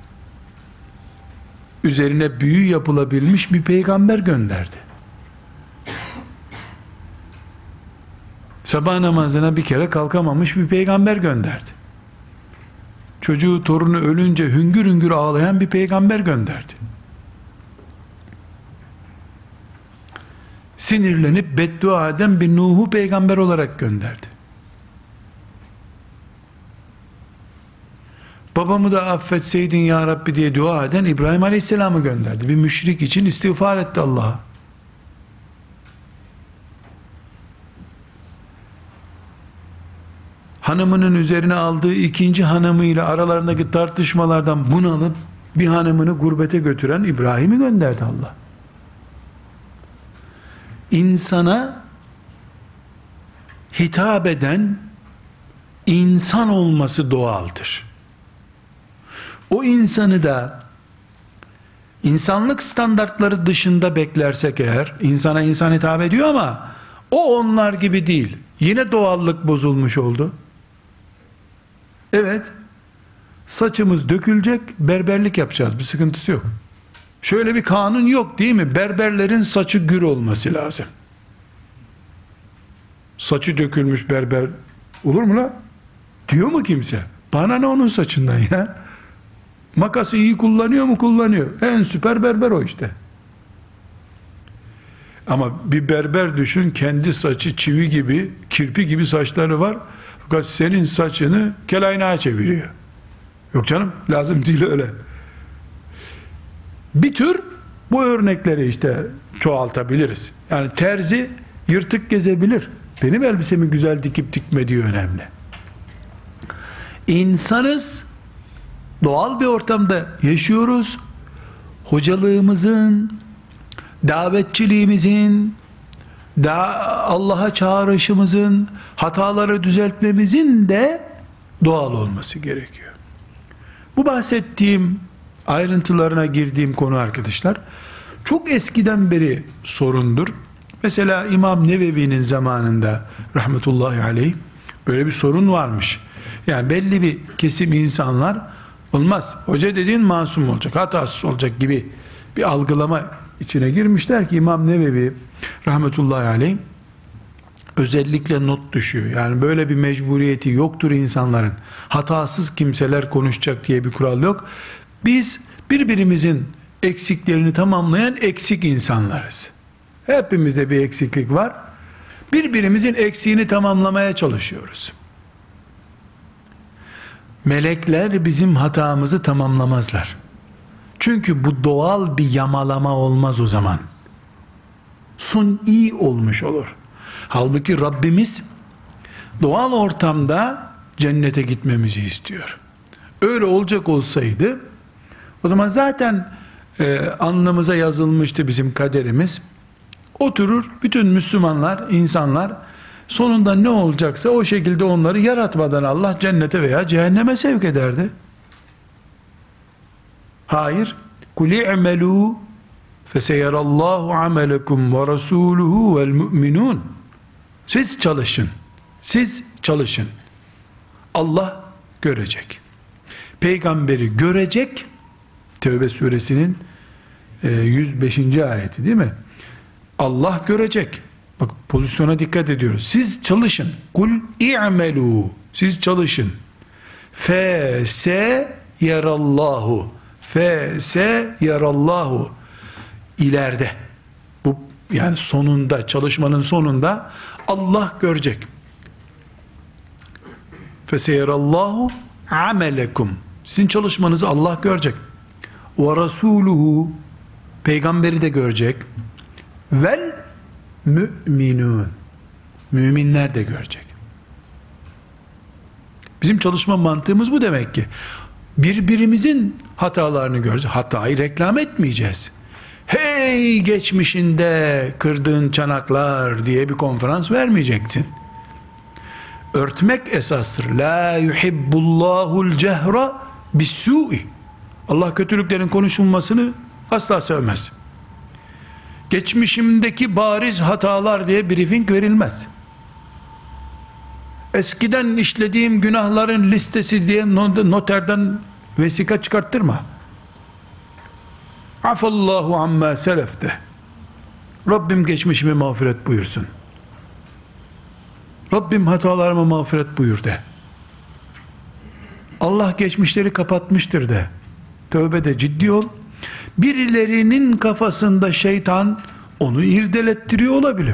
üzerine büyü yapılabilmiş bir peygamber gönderdi. Sabah namazına bir kere kalkamamış bir peygamber gönderdi. Çocuğu, torunu ölünce hüngür hüngür ağlayan bir peygamber gönderdi. Sinirlenip beddua eden bir Nuh'u peygamber olarak gönderdi. Babamı da affetseydin ya Rabbi diye dua eden İbrahim Aleyhisselam'ı gönderdi. Bir müşrik için istiğfar etti Allah'a. Hanımının üzerine aldığı ikinci hanımıyla aralarındaki tartışmalardan bunalıp bir hanımını gurbete götüren İbrahim'i gönderdi Allah. İnsana hitap eden insan olması doğaldır. O insanı da insanlık standartları dışında beklersek eğer, insana insan hitap ediyor ama o onlar gibi değil. Yine doğallık bozulmuş oldu. Evet, saçımız dökülecek, berberlik yapacağız, bir sıkıntısı yok. Şöyle bir kanun yok değil mi? Berberlerin saçı gür olması lazım. Saçı dökülmüş berber olur mu la? Diyor mu kimse? Bana ne onun saçından ya? Makası iyi kullanıyor mu? Kullanıyor. En süper berber o işte. Ama bir berber düşün, kendi saçı çivi gibi, kirpi gibi saçları var. Fakat senin saçını kelaynağa çeviriyor. Yok canım, lazım değil öyle. Bir tür Bu örnekleri işte çoğaltabiliriz. Yani terzi yırtık gezebilir. Benim elbisemi güzel dikip dikmediği önemli. İnsanız, doğal bir ortamda yaşıyoruz. Hocalığımızın, davetçiliğimizin, Allah'a çağrışımızın, hataları düzeltmemizin de doğal olması gerekiyor. Bu bahsettiğim, ayrıntılarına girdiğim konu arkadaşlar, çok eskiden beri sorundur. Mesela İmam Nevevi'nin zamanında rahmetullahi aleyh böyle bir sorun varmış. Yani belli bir kesim insanlar, olmaz, hoca dediğin masum olacak, hatasız olacak gibi bir algılama içine girmişler ki İmam Nevevi rahmetullahi aleyh özellikle not düşüyor. Yani böyle bir mecburiyeti yoktur insanların. Hatasız kimseler konuşacak diye bir kural yok. Biz birbirimizin eksiklerini tamamlayan eksik insanlarız. Hepimizde bir eksiklik var. Birbirimizin eksiğini tamamlamaya çalışıyoruz. Melekler bizim hatamızı tamamlamazlar. Çünkü bu doğal bir yamalama olmaz o zaman. Suni olmuş olur. Halbuki Rabbimiz doğal ortamda cennete gitmemizi istiyor. Öyle olacak olsaydı o zaman zaten alnımıza yazılmıştı bizim kaderimiz. Oturur bütün Müslümanlar, insanlar sonunda ne olacaksa o şekilde onları yaratmadan Allah cennete veya cehenneme sevk ederdi. Hayır. Kul i'melû feseyerallahu amelekum ve rasuluhu vel mu'minun. Siz çalışın. Siz çalışın. Allah görecek. Peygamberi görecek. Tevbe suresinin 105. ayeti değil mi? Allah görecek. Bak pozisyona dikkat ediyoruz. Siz çalışın. Kul i'melû. Siz çalışın. Feseyerallahu. Feseyerallahu. İleride. Bu yani sonunda, çalışmanın sonunda Allah görecek. Feseyerallahu amelekum. Sizin çalışmanızı Allah görecek. Ve rasuluhu. Peygamberi de görecek. Vel müminun. Müminler de görecek. Bizim çalışma mantığımız bu demek ki. Birbirimizin hatalarını göreceğiz. Hatayı reklam etmeyeceğiz. Hey geçmişinde kırdığın çanaklar diye bir konferans vermeyeceksin. Örtmek esastır. La yuhibbullahul cehra bis-su'i. Allah kötülüklerin konuşulmasını asla sevmez. Geçmişimdeki bariz hatalar diye briefing verilmez. Eskiden işlediğim günahların listesi diye noterden vesika çıkarttırma. Afallahu amma selefte. Rabbim geçmişimi mağfiret buyursun. Rabbim hatalarımı mağfiret buyur de. Allah geçmişleri kapatmıştır de. Tövbede ciddi ol. Birilerinin kafasında şeytan onu irdelettiriyor olabilir.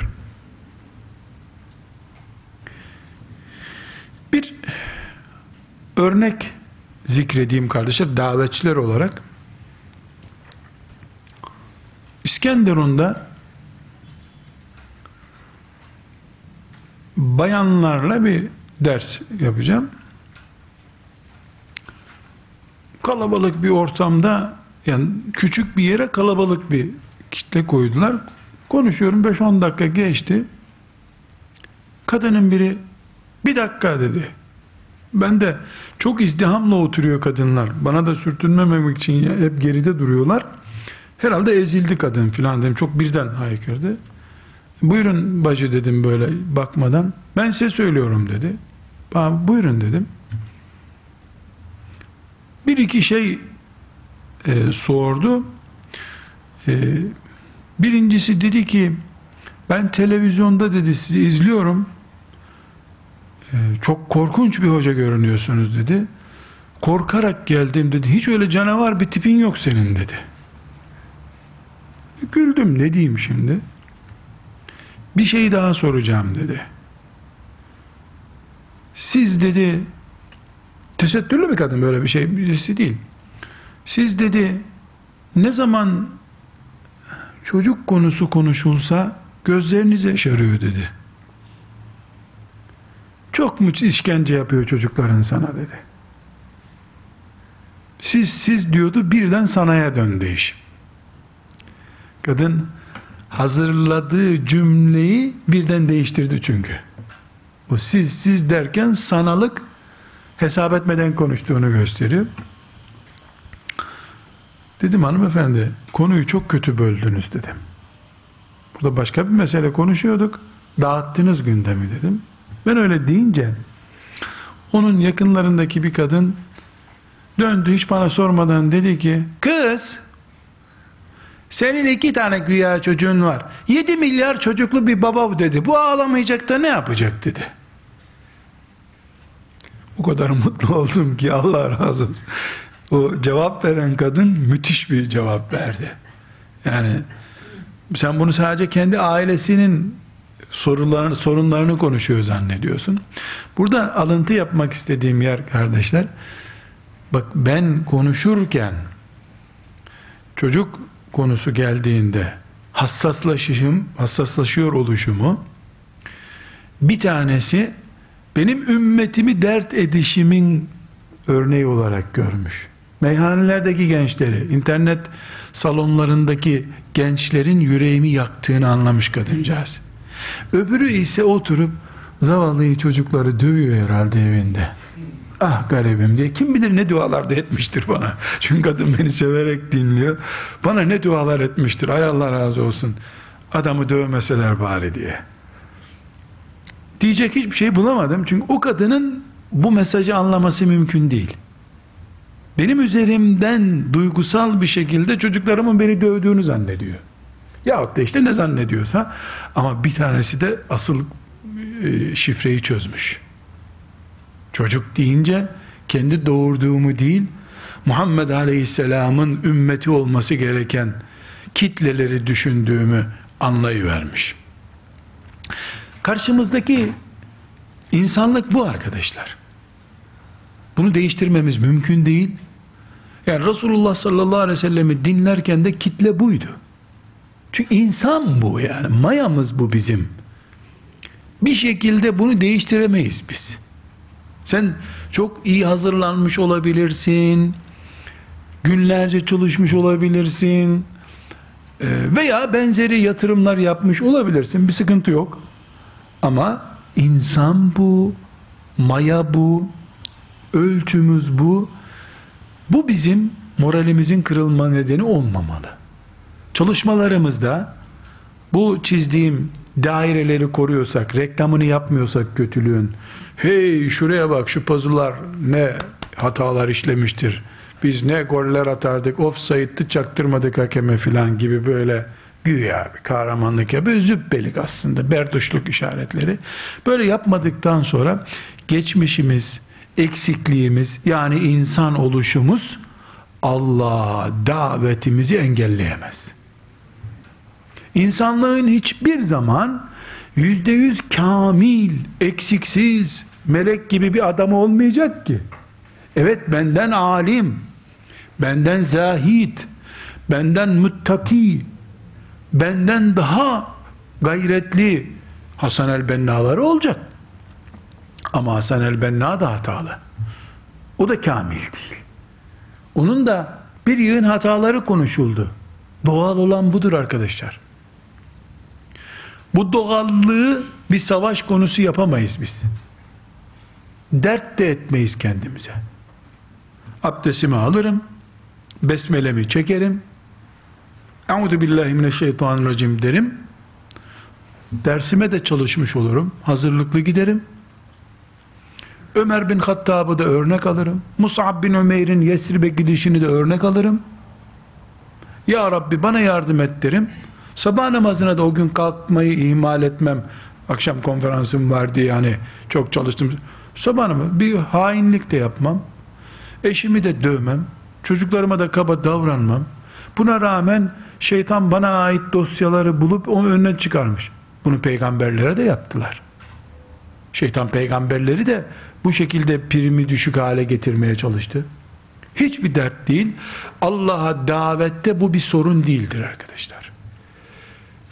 Bir örnek zikredeyim kardeşler, davetçiler olarak. İskenderun'da bayanlarla bir ders yapacağım. Kalabalık bir ortamda, yani küçük bir yere kalabalık bir kitle koydular. Konuşuyorum, 5-10 dakika geçti. Kadının biri bir dakika dedi. Ben de çok izdihamla oturuyor kadınlar. Bana da sürtünmemek için hep geride duruyorlar. Herhalde ezildi kadın filan dedim. Çok birden haykırdı. Buyurun bacı dedim böyle bakmadan. Ben size söylüyorum dedi. Buyurun dedim. Bir iki şey sordu. Birincisi dedi ki ben televizyonda dedi sizi izliyorum. Çok korkunç bir hoca görünüyorsunuz dedi. Korkarak geldim dedi. Hiç öyle canavar bir tipin yok senin dedi. Güldüm, ne diyeyim şimdi? Bir şey daha soracağım dedi. Siz dedi, tesettürlü bir kadın, böyle bir şey birisi değil. Siz dedi ne zaman çocuk konusu konuşulsa gözleriniz yaşarıyor dedi. Çok mu işkence yapıyor çocukların sana dedi. Siz diyordu, birden sanaya döndü iş. Kadın hazırladığı cümleyi birden değiştirdi çünkü. O siz derken sanalık hesap etmeden konuştuğunu gösteriyor. Dedim hanımefendi, konuyu çok kötü böldünüz dedim. Burada başka bir mesele konuşuyorduk. Dağıttınız gündemi dedim. Ben öyle deyince onun yakınlarındaki bir kadın döndü, hiç bana sormadan dedi ki, kız senin 2 tane güya çocuğun var. 7 milyar çocuklu bir baba bu dedi. Bu ağlamayacak da ne yapacak dedi. O kadar mutlu oldum ki Allah razı olsun. O cevap veren kadın müthiş bir cevap verdi. Yani sen bunu sadece kendi ailesinin sorunlarını konuşuyor zannediyorsun. Burada alıntı yapmak istediğim yer kardeşler, bak ben konuşurken çocuk konusu geldiğinde hassaslaşıyor oluşumu, bir tanesi benim ümmetimi dert edişimin örneği olarak görmüş. Meyhanelerdeki gençleri, internet salonlarındaki gençlerin yüreğimi yaktığını anlamış kadıncağız. Öbürü ise oturup zavallıyı çocukları dövüyor herhalde evinde. Ah garibim diye. Kim bilir ne dualar da etmiştir bana. Çünkü kadın beni severek dinliyor. Bana ne dualar etmiştir. Ay Allah razı olsun. Adamı dövmeseler bari diye. Diyecek hiçbir şey bulamadım. Çünkü o kadının bu mesajı anlaması mümkün değil. Benim üzerimden duygusal bir şekilde çocuklarımın beni dövdüğünü zannediyor. Yahut da işte ne zannediyorsa, ama bir tanesi de asıl şifreyi çözmüş. Çocuk deyince kendi doğurduğumu değil, Muhammed Aleyhisselam'ın ümmeti olması gereken kitleleri düşündüğümü anlayıvermiş. Karşımızdaki insanlık bu arkadaşlar. Bunu değiştirmemiz mümkün değil. Yani Resulullah sallallahu aleyhi ve sellem'i dinlerken de kitle buydu. Çünkü insan bu, yani mayamız bu bizim. Bir şekilde bunu değiştiremeyiz biz. Sen çok iyi hazırlanmış olabilirsin, günlerce çalışmış olabilirsin, veya benzeri yatırımlar yapmış olabilirsin, bir sıkıntı yok. Ama insan bu, maya bu, ölçümüz bu. Bu bizim moralimizin kırılma nedeni olmamalı. Çalışmalarımızda bu çizdiğim daireleri koruyorsak, reklamını yapmıyorsak kötülüğün, hey şuraya bak şu puzzle'lar ne hatalar işlemiştir, biz ne goller atardık, offside'dı çaktırmadık hakeme filan gibi böyle güya bir kahramanlık yapıyor, zübbelik aslında, berduşluk işaretleri. Böyle yapmadıktan sonra geçmişimiz, eksikliğimiz, yani insan oluşumuz Allah'a davetimizi engelleyemez. İnsanlığın hiçbir zaman %100 kamil, eksiksiz, melek gibi bir adam olmayacak ki. Evet, benden alim, benden zahid, benden muttaki, benden daha gayretli Hasan el-Benna'ları olacak. Ama Hasan el-Benna da hatalı. O da kamil değil. Onun da bir yığın hataları konuşuldu. Doğal olan budur arkadaşlar. Bu doğallığı bir savaş konusu yapamayız biz. Dert de etmeyiz kendimize. Abdestimi alırım, besmelemi çekerim, Euzubillahimineşşeytanirracim derim, dersime de çalışmış olurum, hazırlıklı giderim, Ömer bin Hattab'ı da örnek alırım, Mus'ab bin Ömeyr'in Yesrib'e gidişini de örnek alırım, Ya Rabbi bana yardım et derim, sabah namazına da o gün kalkmayı ihmal etmem, akşam konferansım var diye yani çok çalıştım, sabah namazı bir hainlik de yapmam, eşimi de dövmem, çocuklarıma da kaba davranmam. Buna rağmen şeytan bana ait dosyaları bulup onu önüne çıkarmış. Bunu peygamberlere de yaptılar. Şeytan peygamberleri de bu şekilde primi düşük hale getirmeye çalıştı. Hiçbir dert değil. Allah'a davette bu bir sorun değildir arkadaşlar.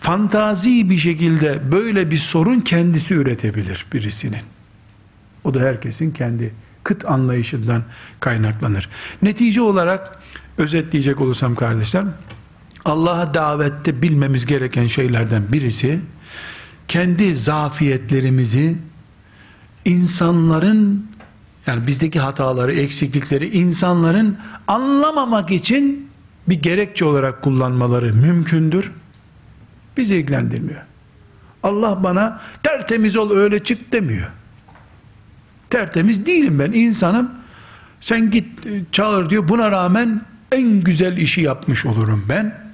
fantazi bir şekilde böyle bir sorun kendisi üretebilir birisinin. O da herkesin kendi kıt anlayışından kaynaklanır. Netice olarak özetleyecek olursam kardeşler, Allah'a davette bilmemiz gereken şeylerden birisi, kendi zafiyetlerimizi insanların, yani bizdeki hataları, eksiklikleri insanların anlamamak için bir gerekçe olarak kullanmaları mümkündür. Bizi ilgilendirmiyor. Allah bana tertemiz ol öyle çık demiyor. Tertemiz değilim ben, insanım. Sen git çağır diyor. Buna rağmen en güzel işi yapmış olurum ben.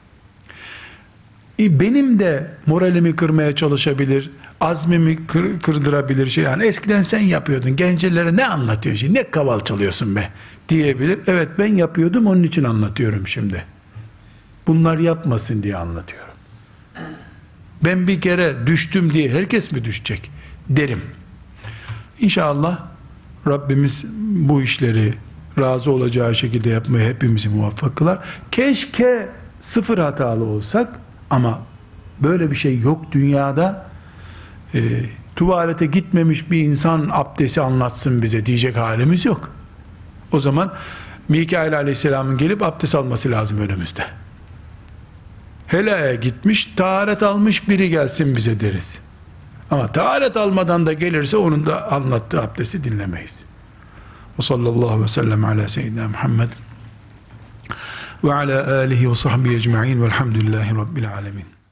Benim de moralimi kırmaya çalışabilir, azmimi kırdırabilir şey. Yani eskiden sen yapıyordun, gençlere ne anlatıyorsun, ne kaval çalıyorsun be diyebilir. Evet, ben yapıyordum, onun için anlatıyorum şimdi. Bunlar yapmasın diye anlatıyorum. Ben bir kere düştüm diye herkes mi düşecek derim. İnşallah Rabbimiz bu işleri razı olacağı şekilde yapmaya hepimizi muvaffak kılar. Keşke sıfır hatalı olsak, ama böyle bir şey yok dünyada. Tuvalete gitmemiş bir insan abdesti anlatsın bize diyecek halimiz yok. O zaman Mikail Aleyhisselam'ın gelip abdest alması lazım önümüzde. Helaya gitmiş, taharet almış biri gelsin bize deriz. Ama taharet almadan da gelirse onun da anlattığı abdesti dinlemeyiz. Ve sallallahu aleyhi ve sellem ala seyyidina Muhammed ve ala alihi ve sahbihi ecma'in velhamdülillahi rabbil alemin.